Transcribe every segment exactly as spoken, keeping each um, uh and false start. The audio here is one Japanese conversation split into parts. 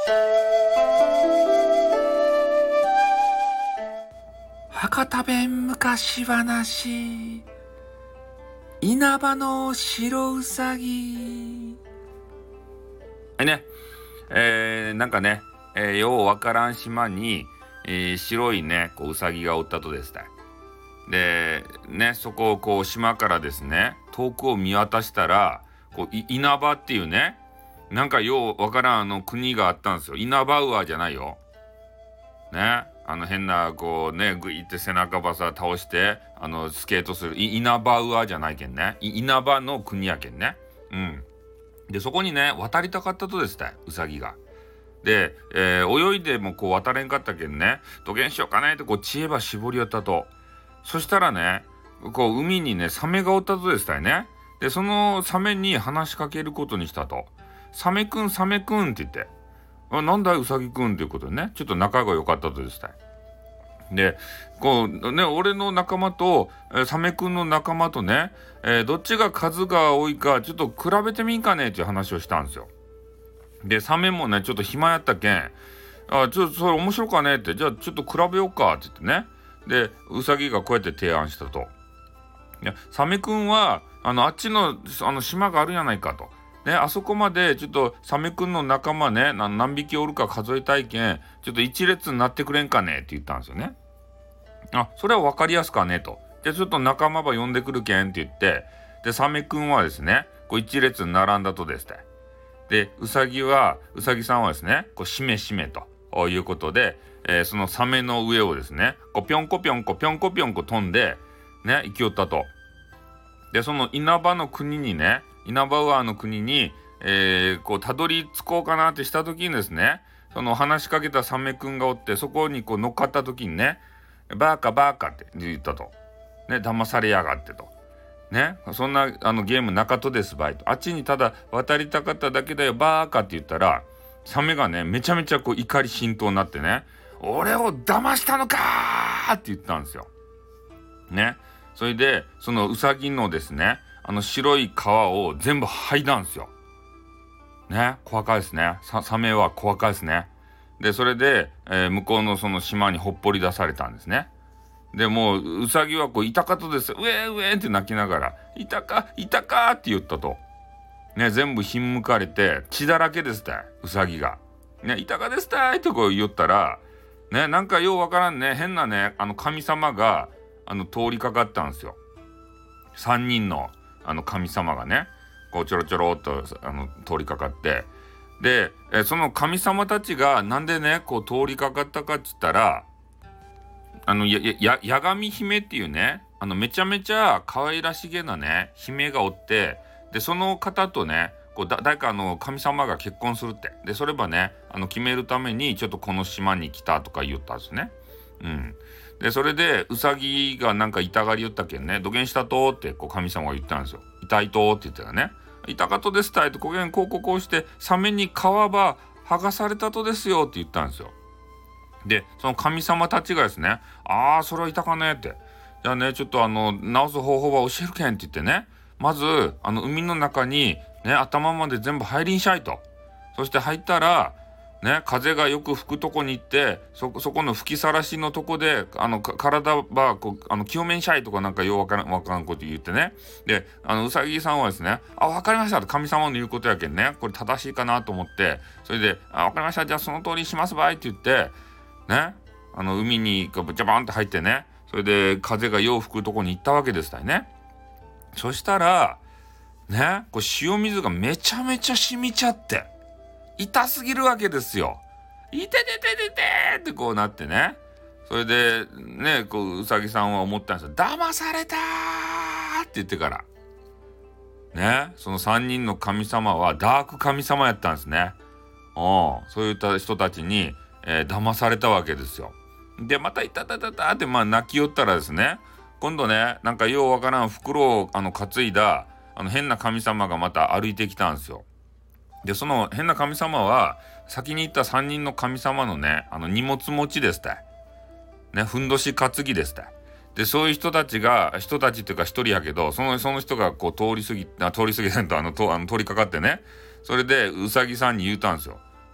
博多弁昔話、稲葉の白うさぎ。はいね、えー、なんかね、えー、ようわからん島に、えー、白いねこううさぎがおったとですたい。でね、そこをこう島からですね遠くを見渡したらこう稲葉っていうね、なんかようわからんあの国があったんですよ。稲葉ウアじゃないよね、あの変なこうねグイって背中ばさ倒してあのスケートする稲葉ウアじゃないけんね、稲葉の国やけんね。うんでそこにね渡りたかったとですたい、ウサギが。で、えー、泳いでもこう渡れんかったけんね、どげんしようかねってこう知恵ば絞り寄ったと。そしたらねこう海にねサメがおったとですたいね。でそのサメに話しかけることにしたと。サメくんサメくんって言って、あなんだいウサギくんっていうことでね、ちょっと仲が良かったとですたい。でこうね俺の仲間と、えー、サメくんの仲間とね、えー、どっちが数が多いかちょっと比べてみんかねっていう話をしたんですよ。でサメもねちょっと暇やったけん、あちょっとそれ面白かねって、じゃあちょっと比べようかって言ってね。でウサギがこうやって提案したと。いやサメくんはあのあっちのあの島があるやないかと。ね、あそこまでちょっとサメくんの仲間ね何匹おるか数えたいけん、ちょっと一列になってくれんかねって言ったんですよね。あそれは分かりやすかねと。じゃあちょっと仲間ば呼んでくるけんって言って、でサメくんはですねこう一列に並んだとですね。でウサギはウサギさんはですねこうしめしめということで、えー、そのサメの上をですねこうぴょんこぴょんこぴょんこぴょんこ飛んでね行きよったと。でその稲葉の国にね、稲葉ウアの国に、えー、こうたどり着こうかなってした時にですね、その話しかけたサメくんがおって、そこにこう乗っかった時にね、バーカバーカって言ったと。ね、騙されやがってと。ね、そんなあのゲーム中戸ですばいと。あっちにただ渡りたかっただけだよバーカって言ったら、サメがねめちゃめちゃこう怒り心頭になってね、俺を騙したのかーって言ったんですよ。ね。それでそのウサギのですねあの白い皮を全部剥いだんですよ。ね、怖かいですね。ササメは怖かいですね。でそれで、えー、向こうのその島にほっぽり出されたんですね。でもうウサギはこういたかとですうえうえって泣きながらいたかいたかって言ったと。ね、全部ひんむかれて血だらけですたいウサギが。ね、いたかですたいとこう言ったらね、なんかようわからんね変なねあの神様があの通りかかったんですよ。さんにんのあの神様がねこうちょろちょろっとあの通りかかって、でえその神様たちがなんでねこう通りかかったかっつったら、あのやややがみ姫っていうねあのめちゃめちゃ可愛らしげなね姫がおって、でその方とねこうだ誰かあの神様が結婚するって、でそればねあの決めるためにちょっとこの島に来たとか言ったんですね。うんでそれでウサギがなんか痛がり言ったけんね、どげんしたとってこう神様が言ったんですよ。痛いとって言ったらね、痛かとですたいとこげんこうこうこうしてサメに皮ば剥がされたとですよって言ったんですよ。でその神様たちがですね、ああそれは痛かねって、じゃあねちょっとあの治す方法は教えるけんって言ってね、まずあの海の中にね頭まで全部入りんしゃいと。そして入ったらね、風がよく吹くとこに行ってそ、そこの吹きさらしのとこであの体はこうあの清めんしゃいとかなんかようわからんわからんこと言ってね、であのうさぎさんはですね、あ分かりましたと神様の言うことやけんねこれ正しいかなと思って、それであ分かりましたじゃあその通りしますばいって言ってね、あの海にジャバンって入ってね、それで風がよう吹くとこに行ったわけですたいね。そしたらねこう塩水がめちゃめちゃ染みちゃって痛すぎるわけですよ。いてててててってこうなってね。それでねこううさぎさんは思ったんですよ。騙されたーって言ってからね、そのさんにんの神様はダーク神様やったんですね。うん、そういった人たちに、えー、騙されたわけですよ。でまたいたたたたってまあ泣き寄ったらですね、今度ねなんかようわからん袋をあの担いだあの変な神様がまた歩いてきたんですよ。でその変な神様は先に行ったさんにんの神様のねあの荷物持ちですたいね、ふんどし担ぎですたい。でそういう人たちが人たちっていうか一人やけど、そのその人がこう通り過ぎあ通り過ぎないとあのとあの通りかかってね、それでうさぎさんに言うたんですよ。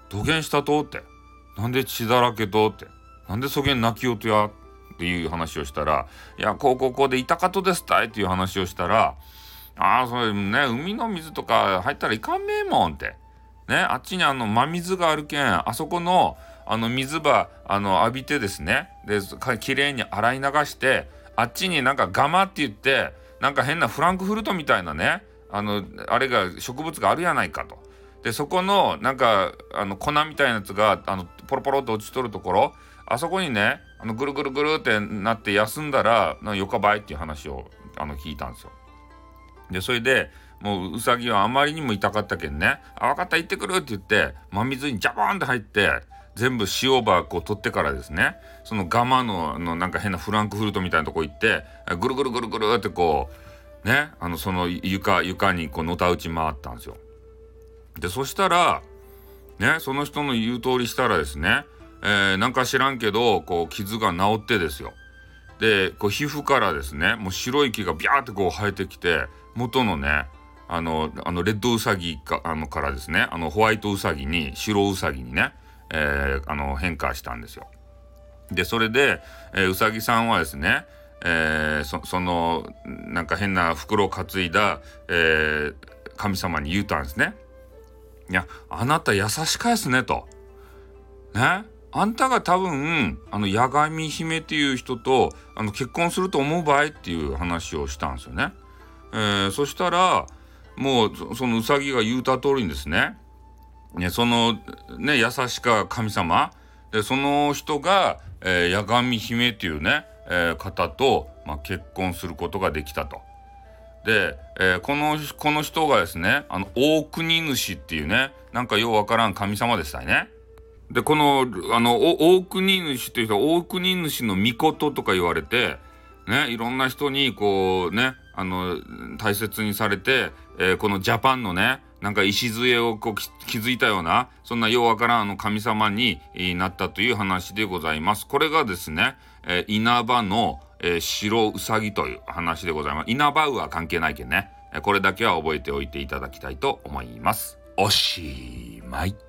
土下したとって、なんで血だらけとって、なんでそげん泣きよとやっていう話をしたら、いやこうこうこうでいたかとですたいっていう話をしたら、ああそれね、海の水とか入ったらいかんめえもんってね、あっちにあの真水があるけん、あそこのあの水場あの浴びてですね、できれいに洗い流して、あっちになんかガマって言ってなんか変なフランクフルトみたいなね、あのあれが植物があるやないかと。でそこのなんかあの粉みたいなやつがあのポロポロと落ちとるところ、あそこにねあのぐるぐるぐるってなって休んだらよかばいっていう話をあの聞いたんですよ。でそれでもうウサギはあまりにも痛かったけんね、あ分かった行ってくるって言って真水にジャボーンって入って全部塩バーこう取ってからですね、そのガマののなんか変なフランクフルトみたいなとこ行ってぐるぐるぐるぐるってこうね、あのその床床にこうのたうち回ったんですよ。でそしたらね、その人の言う通りしたらですね、えー、なんか知らんけどこう傷が治ってですよ。でこう皮膚からですねもう白い毛がビャーってこう生えてきて、元のねあのあのレッドウサギかあのからですね、あのホワイトウサギに白ウサギにね、えー、あの変化したんですよ。でそれで、えー、ウサギさんはですね、えー、そ, そのなんか変な袋を担いだ、えー、神様に言うたんですね。いやあなた優しかやすねとね、あんたが多分あの八神姫っていう人とあの結婚すると思うばいっていう話をしたんですよね。えー、そしたらもうそのウサギが言うた通りにですね、ねそのね優しか神様でその人が、えー、八神姫っていうね、えー、方と、まあ、結婚することができたと。で、えー、このこの人がですねあの大国主っていうねなんかようわからん神様でしたね。でこのあの大国主っていう人は大国主の御事とか言われてね、いろんな人にこうねあの大切にされて、えー、このジャパンのねなんか礎をこう築いたようなそんなようわからんあの神様になったという話でございます。これがですね、えー、稲葉の、えー、白うさぎという話でございます。稲葉うは関係ないけんね、これだけは覚えておいていただきたいと思います。おしまい。